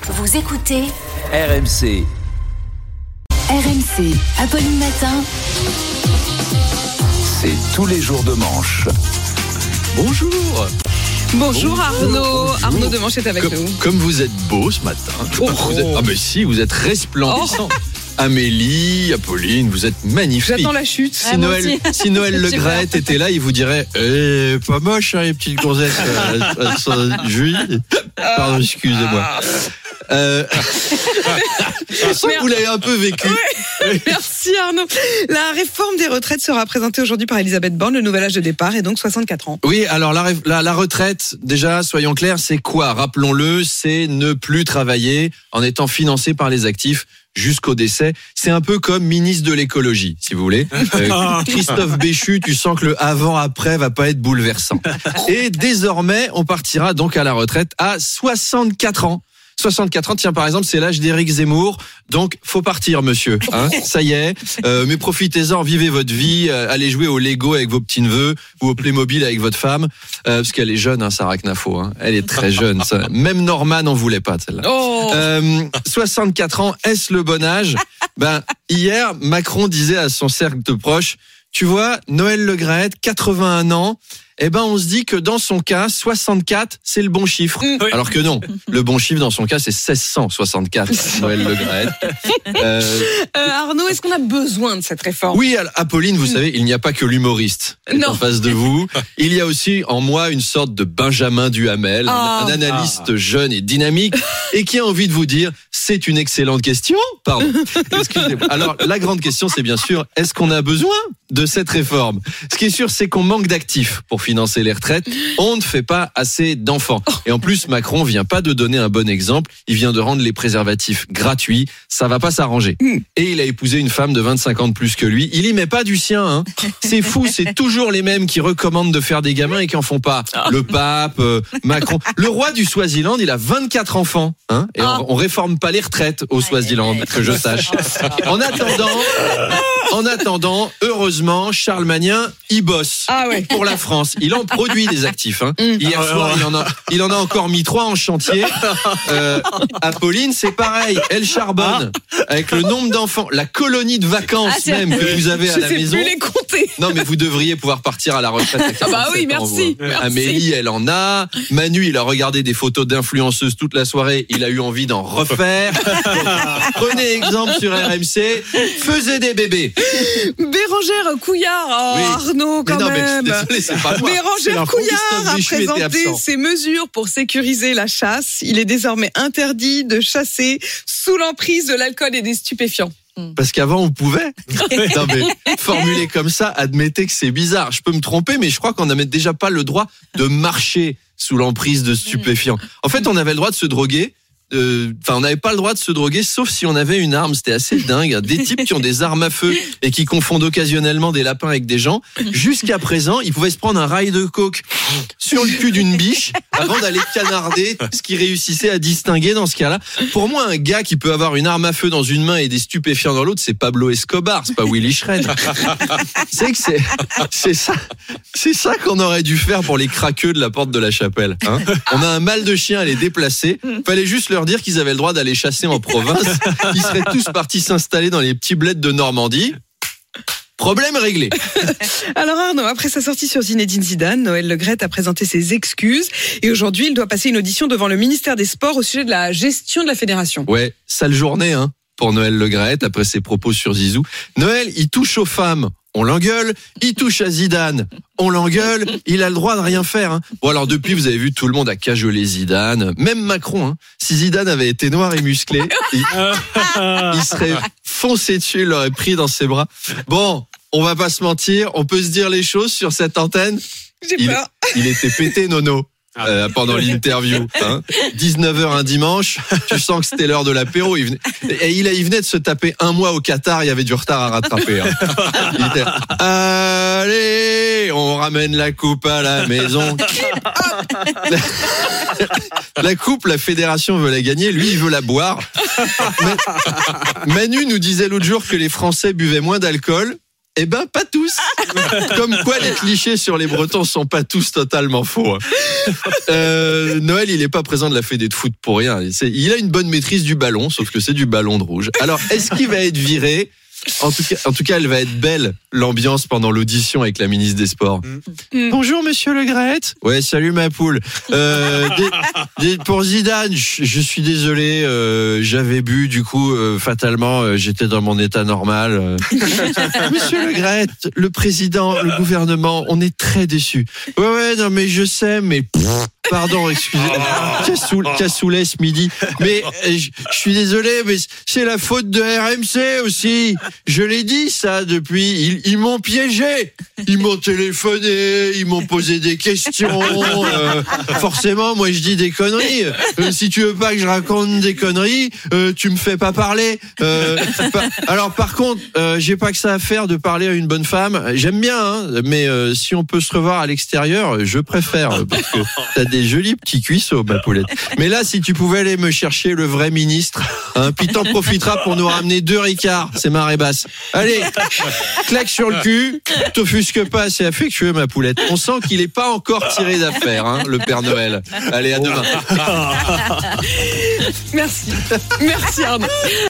Vous écoutez RMC. RMC, Apolline Matin. C'est tous les jours de manche. Bonjour. Bonjour Arnaud. Arnaud de Manche est avec nous. Comme vous êtes beau ce matin. Vous êtes resplendissant. Amélie, Apolline, vous êtes magnifiques. J'attends la chute. Si Noël Le Graët était là, il vous dirait pas moche, hein, les petites gonzesses. Julie. Pardon, excusez-moi. Je sens que vous l'avez un peu vécu. Ouais. Merci Arnaud. La réforme des retraites sera présentée aujourd'hui par Elisabeth Borne. Le nouvel âge de départ est donc 64 ans. Oui, alors la retraite, déjà, soyons clairs, c'est quoi ? Rappelons-le, c'est ne plus travailler en étant financé par les actifs jusqu'au décès. C'est un peu comme ministre de l'écologie, si vous voulez. Christophe Béchu, tu sens que le avant-après va pas être bouleversant. Et désormais, on partira donc à la retraite à 64 ans. 64 ans, tiens, par exemple, c'est l'âge d'Éric Zemmour. Donc, faut partir, monsieur. Hein, ça y est. Mais profitez-en, vivez votre vie. Allez jouer au Lego avec vos petits-neveux ou au Playmobil avec votre femme. Parce qu'elle est jeune, hein, Sarah Knafo. Hein. Elle est très jeune. Ça. Même Norman n'en voulait pas, celle-là. 64 ans, est-ce le bon âge ? Hier, Macron disait à son cercle de proches, tu vois, Noël Le Graët, 81 ans, on se dit que dans son cas, 64, c'est le bon chiffre. Alors que non, le bon chiffre dans son cas, c'est 1664, Noël Le Graët. Arnaud, est-ce qu'on a besoin de cette réforme ? Oui, Apolline, vous savez, il n'y a pas que l'humoriste en face de vous. Il y a aussi en moi une sorte de Benjamin Duhamel, un analyste jeune et dynamique, et qui a envie de vous dire, c'est une excellente question. Pardon. Excusez-moi. Alors, la grande question, c'est bien sûr, est-ce qu'on a besoin de cette réforme ? Ce qui est sûr, c'est qu'on manque d'actifs pour financer les retraites. On ne fait pas assez d'enfants. Et en plus, Macron vient pas de donner un bon exemple. Il vient de rendre les préservatifs gratuits. Ça va pas s'arranger. Et il a épousé une femme de 25 ans de plus que lui. Il y met pas du sien, hein. C'est fou. C'est toujours les mêmes qui recommandent de faire des gamins et qui en font pas. Le pape, Macron. Le roi du Swaziland, il a 24 enfants, hein. Et on réforme pas les retraites au Swaziland, que je sache. En attendant, heureusement, Charles Magnin, il bosse pour la France. Il en produit des actifs. Hein. Hier soir, il en a encore mis 3 en chantier. Apolline, c'est pareil. Elle charbonne avec le nombre d'enfants, la colonie de vacances même que vous avez à la maison. Je sais plus les compter. Non, mais vous devriez pouvoir partir à la retraite. Oui, merci. Amélie, elle en a. Manu, il a regardé des photos d'influenceuses toute la soirée. Il a eu envie d'en refaire. Prenez exemple sur RMC. Faisait des bébés. Bérangère Couillard, Arnaud, quand même. Désolé, c'est pas moi. Bérangère Couillard a présenté ses mesures pour sécuriser la chasse. Il est désormais interdit de chasser sous l'emprise de l'alcool et des stupéfiants. Parce qu'avant, on pouvait. Non, mais formulé comme ça, admettez que c'est bizarre. Je peux me tromper, mais je crois qu'on n'avait déjà pas le droit de marcher sous l'emprise de stupéfiants. En fait, on avait le droit de se droguer. On n'avait pas le droit de se droguer sauf si on avait une arme. C'était assez dingue. Des types qui ont des armes à feu et qui confondent occasionnellement des lapins avec des gens. Jusqu'à présent, ils pouvaient se prendre un rail de coke sur le cul d'une biche avant d'aller canarder ce qu'ils réussissaient à distinguer dans ce cas-là. Pour moi, un gars qui peut avoir une arme à feu dans une main et des stupéfiants dans l'autre, c'est Pablo Escobar, c'est pas Willy Schren. C'est ça qu'on aurait dû faire pour les craqueux de la porte de la Chapelle. Hein, on a un mal de chien à les déplacer. Fallait juste leur dire qu'ils avaient le droit d'aller chasser en province. Ils seraient tous partis s'installer dans les petits bleds de Normandie. Problème réglé. Alors Arnaud, après sa sortie sur Zinedine Zidane, Noël Le Graët a présenté ses excuses et aujourd'hui il doit passer une audition devant le ministère des Sports au sujet de la gestion de la fédération. Ouais, sale journée pour Noël Le Graët après ses propos sur Zizou. Noël, il touche aux femmes. On l'engueule, il touche à Zidane, on l'engueule, il a le droit de rien faire. Bon alors depuis, vous avez vu, tout le monde a cajolé Zidane, même Macron. Si Zidane avait été noir et musclé, il serait foncé dessus, il l'aurait pris dans ses bras. Bon, on va pas se mentir, on peut se dire les choses sur cette antenne. J'ai peur. Il était pété, Nono. Pendant l'interview, 19h un dimanche, tu sens que c'était l'heure de l'apéro. Il venait de se taper un mois au Qatar, il y avait du retard à rattraper. Il était, allez, on ramène la coupe à la maison. La coupe, la fédération veut la gagner, lui il veut la boire. Manu nous disait l'autre jour que les Français buvaient moins d'alcool. Eh ben, pas tous. Comme quoi, les clichés sur les Bretons sont pas tous totalement faux. Noël, il est pas présent de la Fédé de foot pour rien. Il a une bonne maîtrise du ballon, sauf que c'est du ballon de rouge. Alors, est-ce qu'il va être viré ? En tout cas, elle va être belle, l'ambiance pendant l'audition avec la ministre des Sports. Bonjour, monsieur Le Graët. Ouais, salut ma poule. Pour Zidane, je suis désolé, j'avais bu, du coup, fatalement, j'étais dans mon état normal. Monsieur Le Graët, le président, le gouvernement, on est très déçus. Ouais, non, mais je sais, mais... Pardon, excusez-moi. Cassoulet ce midi. Mais je suis désolé, mais c'est la faute de RMC aussi. Je l'ai dit ça depuis. Ils m'ont piégé. Ils m'ont téléphoné, ils m'ont posé des questions. Forcément, moi je dis des conneries. Si tu veux pas que je raconte des conneries, tu me fais pas parler. Alors par contre, j'ai pas que ça à faire de parler à une bonne femme. J'aime bien, hein, mais si on peut se revoir à l'extérieur, je préfère parce que t'as des jolis petits cuisseaux, ma poulette. Mais là, si tu pouvais aller me chercher le vrai ministre, hein, puis t'en profiteras pour nous ramener 2 Ricards, c'est marée basse. Allez, claque sur le cul, t'offusque pas, c'est affectueux, ma poulette. On sent qu'il est pas encore tiré d'affaire, hein, le Père Noël. Allez, à demain. Merci Arnaud.